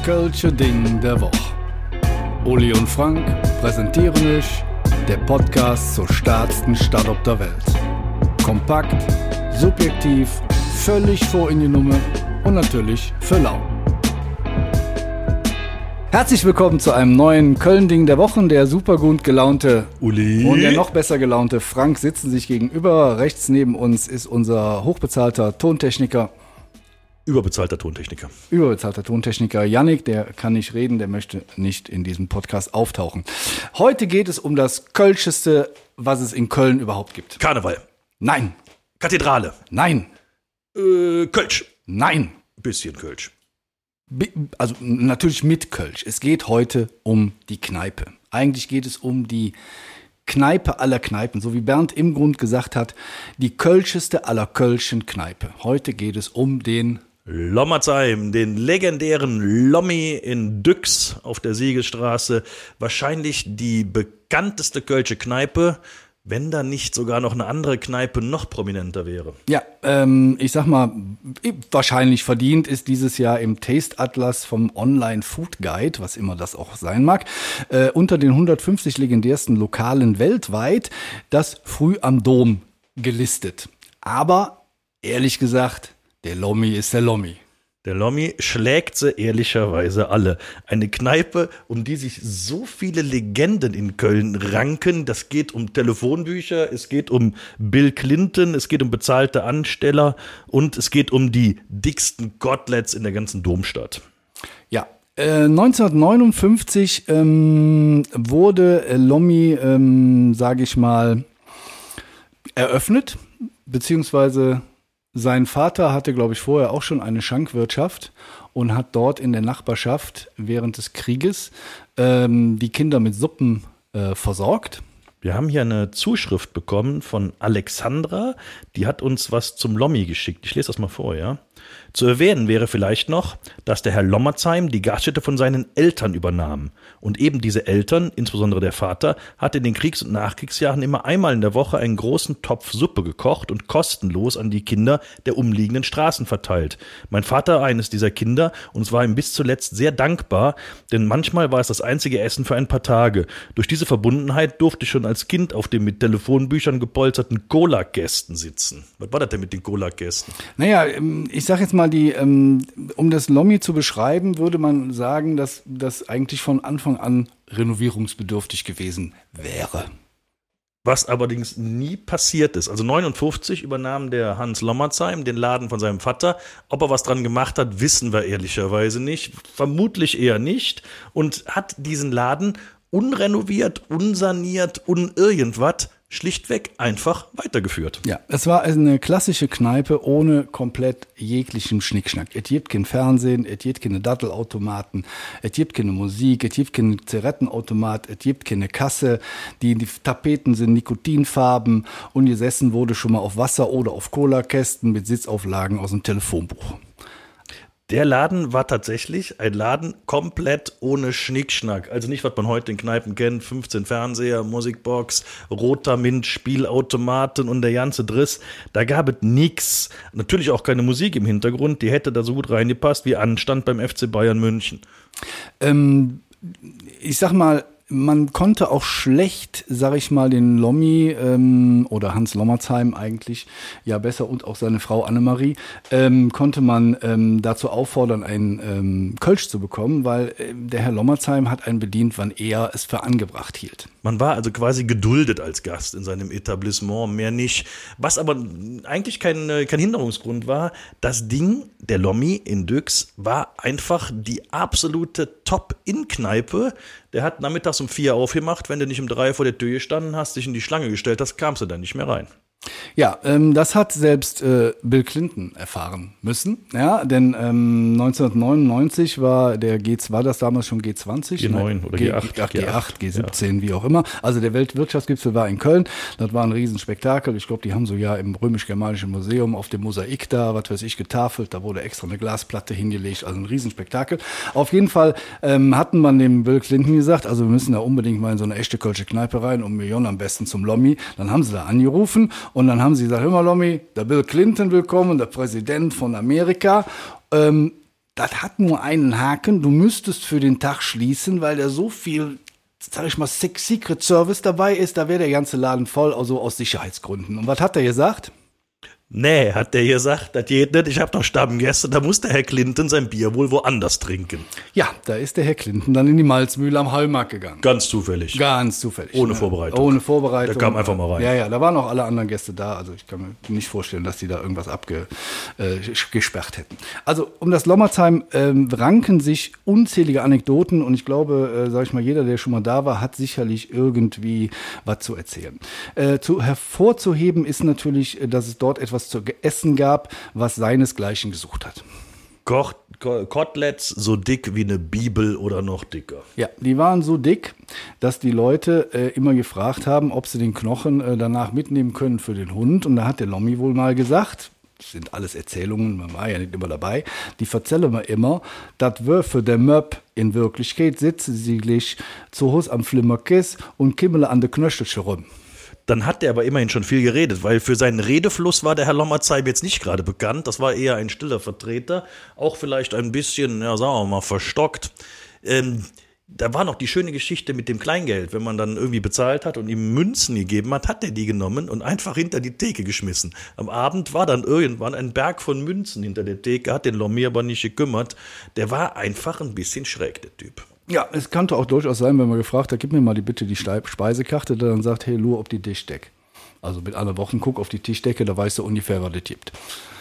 Kölsche Ding der Woche. Uli und Frank präsentieren euch der Podcast zur stärksten Stadt auf der Welt. Kompakt, subjektiv, völlig vor in die Nummer und natürlich für lau. Herzlich willkommen zu einem neuen Köln-Ding der Woche. Der super gut gelaunte Uli und der noch besser gelaunte Frank sitzen sich gegenüber. Rechts neben uns ist unser hochbezahlter Tontechniker. Überbezahlter Tontechniker. Überbezahlter Tontechniker Yannick, der kann nicht reden, der möchte nicht in diesem Podcast auftauchen. Heute geht es um das Kölscheste, was es in Köln überhaupt gibt. Karneval. Nein. Kathedrale. Nein. Kölsch. Nein. Bisschen Kölsch. Also natürlich mit Kölsch. Es geht heute um die Kneipe. Eigentlich geht es um die Kneipe aller Kneipen, so wie Bernd im Grund gesagt hat, die Kölscheste aller Kölschen Kneipe. Heute geht es um den Lommerzheim, den legendären Lommi in Düx auf der Siegesstraße. Wahrscheinlich die bekannteste Kölsche Kneipe, wenn da nicht sogar noch eine andere Kneipe noch prominenter wäre. Ja, ich sag mal, wahrscheinlich verdient ist dieses Jahr im Taste Atlas vom Online Food Guide, was immer das auch sein mag, unter den 150 legendärsten Lokalen weltweit, das Früh am Dom gelistet. Aber ehrlich gesagt, der Lommi ist der Lommi. Der Lommi schlägt sie ehrlicherweise alle. Eine Kneipe, um die sich so viele Legenden in Köln ranken. Das geht um Telefonbücher, es geht um Bill Clinton, es geht um bezahlte Ansteller und es geht um die dicksten Koteletts in der ganzen Domstadt. Ja, 1959 wurde Lommi, sage ich mal, eröffnet, beziehungsweise sein Vater hatte, glaube ich, vorher auch schon eine Schankwirtschaft und hat dort in der Nachbarschaft während des Krieges die Kinder mit Suppen versorgt. Wir haben hier eine Zuschrift bekommen von Alexandra, die hat uns was zum Lommi geschickt. Ich lese das mal vor, ja. Zu erwähnen wäre vielleicht noch, dass der Herr Lommerzheim die Gaststätte von seinen Eltern übernahm. Und eben diese Eltern, insbesondere der Vater, hat in den Kriegs- und Nachkriegsjahren immer einmal in der Woche einen großen Topf Suppe gekocht und kostenlos an die Kinder der umliegenden Straßen verteilt. Mein Vater eines dieser Kinder und es war ihm bis zuletzt sehr dankbar, denn manchmal war es das einzige Essen für ein paar Tage. Durch diese Verbundenheit durfte ich schon als Kind auf den mit Telefonbüchern gepolsterten Cola-Gästen sitzen. Was war das denn mit den Cola-Gästen? Naja, ich sag jetzt mal, um das Lommi zu beschreiben, würde man sagen, dass das eigentlich von Anfang an renovierungsbedürftig gewesen wäre. Was allerdings nie passiert ist. Also 1959 übernahm der Hans Lommerzheim den Laden von seinem Vater. Ob er was dran gemacht hat, wissen wir ehrlicherweise nicht. Vermutlich eher nicht. Und hat diesen Laden unrenoviert, unsaniert, irgendwas schlichtweg einfach weitergeführt. Ja, es war eine klassische Kneipe ohne komplett jeglichen Schnickschnack. Es gibt kein Fernsehen, es gibt keine Dattelautomaten, es gibt keine Musik, es gibt keinen Zigarettenautomat, es gibt keine Kasse. Die Tapeten sind Nikotinfarben und gesessen wurde schon mal auf Wasser oder auf Cola-Kästen mit Sitzauflagen aus dem Telefonbuch. Der Laden war tatsächlich ein Laden komplett ohne Schnickschnack. Also nicht, was man heute in Kneipen kennt, 15 Fernseher, Musikbox, roter Mint, Spielautomaten und der ganze Driss. Da gab es nix. Natürlich auch keine Musik im Hintergrund, die hätte da so gut reingepasst wie Anstand beim FC Bayern München. Ich sag mal, man konnte auch schlecht, sag ich mal, den Lommi oder Hans Lommerzheim eigentlich, ja besser, und auch seine Frau Annemarie, konnte man dazu auffordern, einen Kölsch zu bekommen, weil der Herr Lommerzheim hat einen bedient, wann er es für angebracht hielt. Man war also quasi geduldet als Gast in seinem Etablissement, mehr nicht. Was aber eigentlich kein Hinderungsgrund war, das Ding, der Lommi in Düx, war einfach die absolute Top-In-Kneipe. Der hat nachmittags um 4 aufgemacht, wenn du nicht um 3 vor der Tür gestanden hast, dich in die Schlange gestellt hast, kamst du dann nicht mehr rein. Ja, das hat selbst Bill Clinton erfahren müssen, ja, denn 1999 war war das damals schon G20? G9 oder G8. G8, G17, ja. Wie auch immer. Also der Weltwirtschaftsgipfel war in Köln, das war ein Riesenspektakel. Ich glaube, die haben so ja im Römisch-Germanischen Museum auf dem Mosaik da, was weiß ich, getafelt, da wurde extra eine Glasplatte hingelegt, also ein Riesenspektakel. Auf jeden Fall hatten man dem Bill Clinton gesagt, also wir müssen da unbedingt mal in so eine echte kölsche Kneipe rein, um Millionen am besten zum Lommi. Dann haben sie da angerufen und dann haben sie gesagt, hör mal Lommi, der Bill Clinton will kommen, der Präsident von Amerika. das hat nur einen Haken, du müsstest für den Tag schließen, weil da so viel, sag ich mal, Secret Service dabei ist, da wäre der ganze Laden voll, also aus Sicherheitsgründen. Und was hat er gesagt? Nee, hat der gesagt, das geht nicht, ich habe noch Stammgäste, da muss der Herr Clinton sein Bier wohl woanders trinken. Ja, da ist der Herr Clinton dann in die Malzmühle am Hallmarkt gegangen. Ganz zufällig. Ganz zufällig. Ohne Vorbereitung. Ohne Vorbereitung. Der kam einfach mal rein. Ja, da waren auch alle anderen Gäste da, also ich kann mir nicht vorstellen, dass die da irgendwas gesperrt hätten. Also um das Lommerzheim ranken sich unzählige Anekdoten und ich glaube, sag ich mal, jeder, der schon mal da war, hat sicherlich irgendwie was zu erzählen. Hervorzuheben ist natürlich, dass es dort etwas zu essen gab, was seinesgleichen gesucht hat. Koteletts so dick wie eine Bibel oder noch dicker. Ja, die waren so dick, dass die Leute immer gefragt haben, ob sie den Knochen danach mitnehmen können für den Hund. Und da hat der Lommi wohl mal gesagt, das sind alles Erzählungen, man war ja nicht immer dabei, die erzählen wir immer, dat wär für der Möb in Wirklichkeit sitze sie gleich zu Hus am Flimmerkiss und kimmele an de Knöchelche rum. Dann hat er aber immerhin schon viel geredet, weil für seinen Redefluss war der Herr Lommerzheim jetzt nicht gerade bekannt. Das war eher ein stiller Vertreter, auch vielleicht ein bisschen, ja, sagen wir mal, verstockt. Da war noch die schöne Geschichte mit dem Kleingeld. Wenn man dann irgendwie bezahlt hat und ihm Münzen gegeben hat, hat er die genommen und einfach hinter die Theke geschmissen. Am Abend war dann irgendwann ein Berg von Münzen hinter der Theke, hat den Lommi aber nicht gekümmert. Der war einfach ein bisschen schräg, der Typ. Ja, es könnte auch durchaus sein, wenn man gefragt hat, gib mir mal bitte die Speisekarte, der dann sagt, hey, nur auf die Tischdecke. Also mit einer Woche guck auf die Tischdecke, da weißt du ungefähr, was es gibt.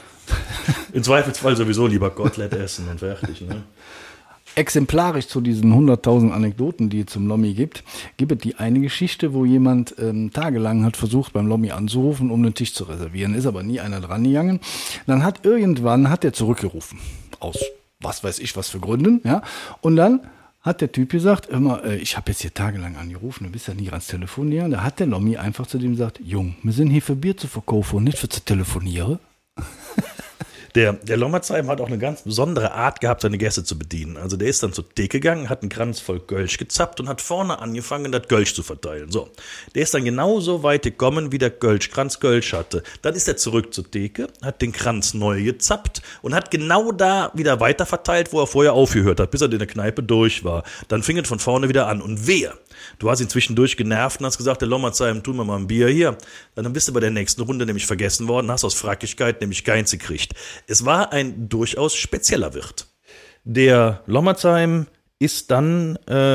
Im Zweifelsfall sowieso lieber Kotelett essen und fertig, ne? Exemplarisch zu diesen 100.000 Anekdoten, die es zum Lommi gibt es die eine Geschichte, wo jemand tagelang hat versucht, beim Lommi anzurufen, um einen Tisch zu reservieren, ist aber nie einer dran gegangen. Dann hat er zurückgerufen, aus was weiß ich was für Gründen, ja, und dann hat der Typ gesagt, immer, ich habe jetzt hier tagelang angerufen, du bist ja nie ans Telefonieren. Da hat der Lommi einfach zu dem gesagt, Jung, wir sind hier für Bier zu verkaufen und nicht für zu telefonieren. Der Lommerzheim hat auch eine ganz besondere Art gehabt, seine Gäste zu bedienen. Also der ist dann zur Theke gegangen, hat einen Kranz voll Gölsch gezappt und hat vorne angefangen, das Gölsch zu verteilen. So, der ist dann genauso weit gekommen, wie der Kranz Gölsch hatte. Dann ist er zurück zur Theke, hat den Kranz neu gezappt und hat genau da wieder weiter verteilt, wo er vorher aufgehört hat, bis er in der Kneipe durch war. Dann fing er von vorne wieder an. Und wehe, du hast ihn zwischendurch genervt und hast gesagt, der Lommerzheim, tun wir mal ein Bier hier. Dann bist du bei der nächsten Runde nämlich vergessen worden, hast aus Frackigkeit nämlich keins gekriegt. Es war ein durchaus spezieller Wirt. Der Lommerzheim ist dann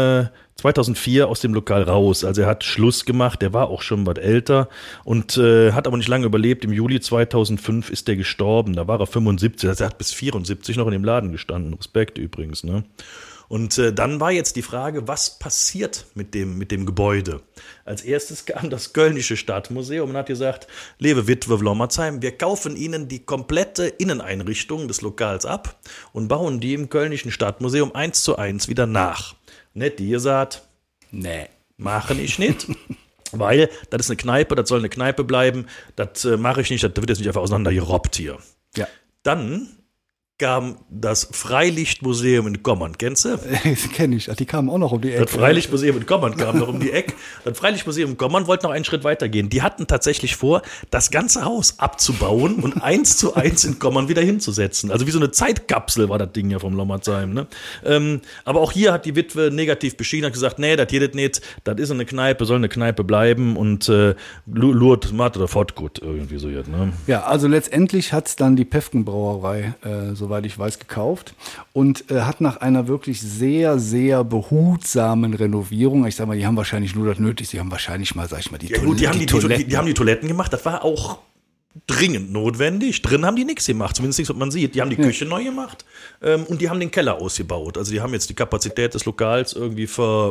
2004 aus dem Lokal raus. Also er hat Schluss gemacht, der war auch schon was älter und hat aber nicht lange überlebt. Im Juli 2005 ist er gestorben, da war er 75, also er hat bis 74 noch in dem Laden gestanden. Respekt übrigens, ne? Und dann war jetzt die Frage, was passiert mit dem Gebäude? Als erstes kam das Kölnische Stadtmuseum und hat gesagt, liebe Witwe Lommerzheim, wir kaufen Ihnen die komplette Inneneinrichtung des Lokals ab und bauen die im Kölnischen Stadtmuseum 1:1 wieder nach. Nicht die gesagt, nee, mache ich nicht. Weil das ist eine Kneipe, das soll eine Kneipe bleiben, das mache ich nicht, das wird jetzt nicht einfach auseinandergerobbt hier. Ja. Dann kam das Freilichtmuseum in Gommern. Kennst du? Das kenne ich. Die kamen auch noch um die Ecke. Das Freilichtmuseum in Gommern kam noch um die Ecke. Das Freilichtmuseum in Gommern wollte noch einen Schritt weiter gehen. Die hatten tatsächlich vor, das ganze Haus abzubauen und 1:1 in Gommern wieder hinzusetzen. Also wie so eine Zeitkapsel war das Ding ja vom Lommerzheim. Ne? Aber auch hier hat die Witwe negativ beschieden, hat gesagt, nee, das geht nicht, das ist eine Kneipe, soll eine Kneipe bleiben und Lourdes Mat oder Fortgut irgendwie so jetzt. Ne? Ja, also letztendlich hat es dann die Päffgen-Brauerei soweit ich weiß, gekauft und hat nach einer wirklich sehr, sehr behutsamen Renovierung, ich sag mal, die haben wahrscheinlich nur das Nötigste, die haben wahrscheinlich mal, sag ich mal, die Toiletten. Die haben die Toiletten gemacht, das war auch dringend notwendig. Drin haben die nichts gemacht, zumindest nichts, was man sieht. Die haben die Küche neu gemacht und die haben den Keller ausgebaut. Also die haben jetzt die Kapazität des Lokals irgendwie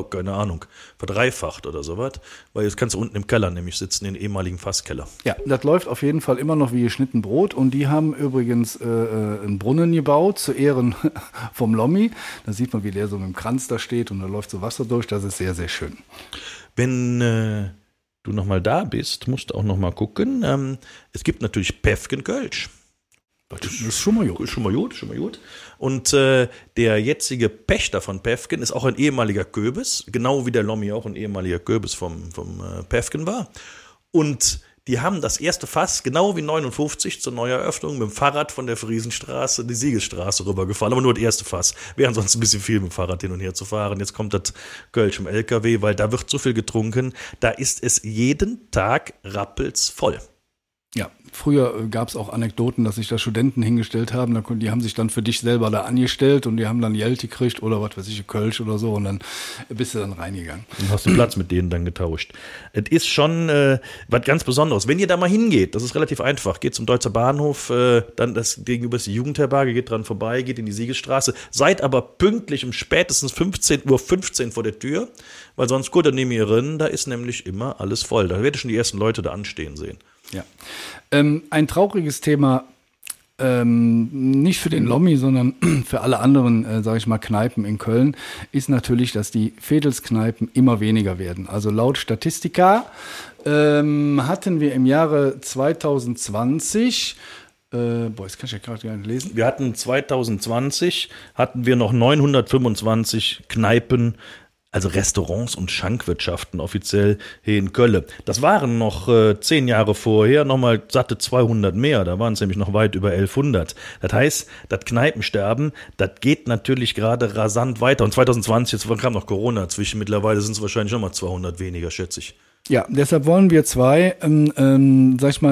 verdreifacht oder sowas. Weil jetzt kannst du unten im Keller nämlich sitzen, in den ehemaligen Fasskeller. Ja, das läuft auf jeden Fall immer noch wie geschnitten Brot. Und die haben übrigens einen Brunnen gebaut zu Ehren vom Lommi. Da sieht man, wie der so mit dem Kranz da steht und da läuft so Wasser durch. Das ist sehr, sehr schön. Wenn du nochmal da bist, musst du auch nochmal gucken. Es gibt natürlich Päffgen Kölsch. Das ist schon mal gut. Schon mal gut. Und der jetzige Pächter von Päffgen ist auch ein ehemaliger Köbis, genau wie der Lommi auch ein ehemaliger Köbis vom Päffgen war. Und Die haben das erste Fass, genau wie 59 zur Neueröffnung, mit dem Fahrrad von der Friesenstraße die Siegesstraße rübergefahren. Aber nur das erste Fass. Wäre ansonsten ein bisschen viel mit dem Fahrrad hin und her zu fahren. Jetzt kommt das Kölsch im LKW, weil da wird so viel getrunken. Da ist es jeden Tag rappelsvoll. Ja, früher gab es auch Anekdoten, dass sich da Studenten hingestellt haben, die haben sich dann für dich selber da angestellt und die haben dann Geld gekriegt oder was weiß ich, Kölsch oder so und dann bist du dann reingegangen. Und hast du Platz mit denen dann getauscht. Es ist schon was ganz Besonderes. Wenn ihr da mal hingeht, das ist relativ einfach, geht zum Deutzer Bahnhof, dann das gegenüber ist die Jugendherberge, geht dran vorbei, geht in die Siegesstraße, seid aber pünktlich um spätestens 15:15 Uhr vor der Tür, weil sonst gut, dann nehmt ihr rein, da ist nämlich immer alles voll. Da werdet ihr schon die ersten Leute da anstehen sehen. Ja. Ein trauriges Thema, nicht für den Lommi, sondern für alle anderen, sage ich mal, Kneipen in Köln, ist natürlich, dass die Vedelskneipen immer weniger werden. Also laut Statistika hatten wir im Jahre 2020 das kann ich ja gerade gar nicht lesen. Wir hatten 2020 noch 925 Kneipen, also Restaurants und Schankwirtschaften offiziell hier in Köln. Das waren noch 10 Jahre vorher nochmal satte 200 mehr. Da waren es nämlich noch weit über 1100. Das heißt, das Kneipensterben, das geht natürlich gerade rasant weiter. Und 2020, jetzt kam noch Corona zwischen. Mittlerweile sind es wahrscheinlich nochmal 200 weniger, schätze ich. Ja, deshalb wollen wir zwei, sag ich mal,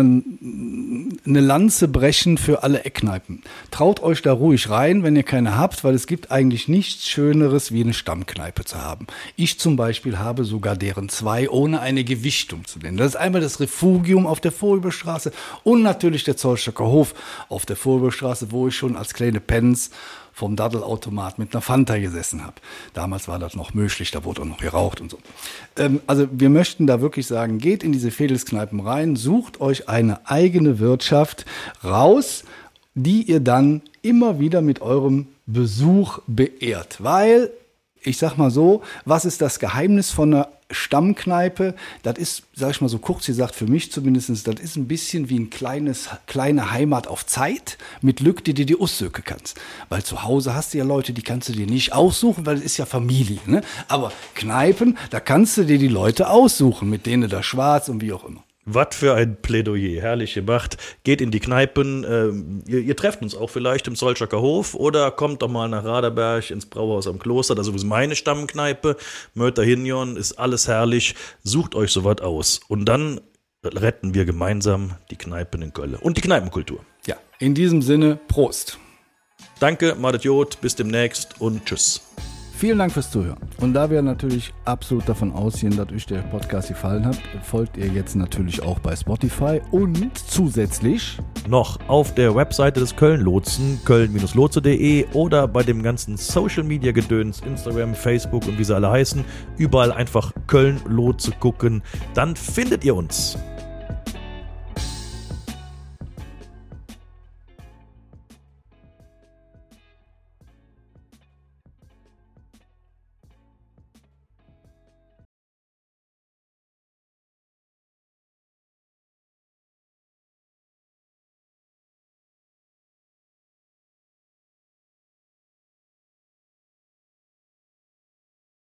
eine Lanze brechen für alle Eckkneipen. Traut euch da ruhig rein, wenn ihr keine habt, weil es gibt eigentlich nichts Schöneres, wie eine Stammkneipe zu haben. Ich zum Beispiel habe sogar deren 2, ohne eine Gewichtung zu nennen. Das ist einmal das Refugium auf der Vorüberstraße und natürlich der Zollstöcker Hof auf der Vorüberstraße, wo ich schon als kleine Pens vom Daddelautomat mit einer Fanta gesessen habe. Damals war das noch möglich, da wurde auch noch geraucht und so. Also wir möchten da wirklich sagen, geht in diese Vedelskneipen rein, sucht euch eine eigene Wirtschaft raus, die ihr dann immer wieder mit eurem Besuch beehrt. Weil, ich sag mal so, was ist das Geheimnis von einer Stammkneipe? Das ist, sag ich mal so kurz gesagt, für mich zumindest, das ist ein bisschen wie ein kleine Heimat auf Zeit mit Lück, die du dir aussöken kannst. Weil zu Hause hast du ja Leute, die kannst du dir nicht aussuchen, weil es ist ja Familie. Ne? Aber Kneipen, da kannst du dir die Leute aussuchen, mit denen da schwarz und wie auch immer. Was für ein Plädoyer, herrlich gemacht. Geht in die Kneipen, ihr trefft uns auch vielleicht im Zollstöcker Hof oder kommt doch mal nach Raderberg ins Brauhaus am Kloster, das ist meine Stammkneipe, Möter Hinjon, ist alles herrlich, sucht euch sowas aus und dann retten wir gemeinsam die Kneipen in Köln und die Kneipenkultur. Ja, in diesem Sinne, Prost. Danke, Madet Jod, bis demnächst und tschüss. Vielen Dank fürs Zuhören. Und da wir natürlich absolut davon ausgehen, dass euch der Podcast gefallen hat, folgt ihr jetzt natürlich auch bei Spotify und zusätzlich noch auf der Webseite des Köln-Lotsen, köln-lotse.de oder bei dem ganzen Social-Media-Gedöns, Instagram, Facebook und wie sie alle heißen, überall einfach Köln-Lotse gucken, dann findet ihr uns.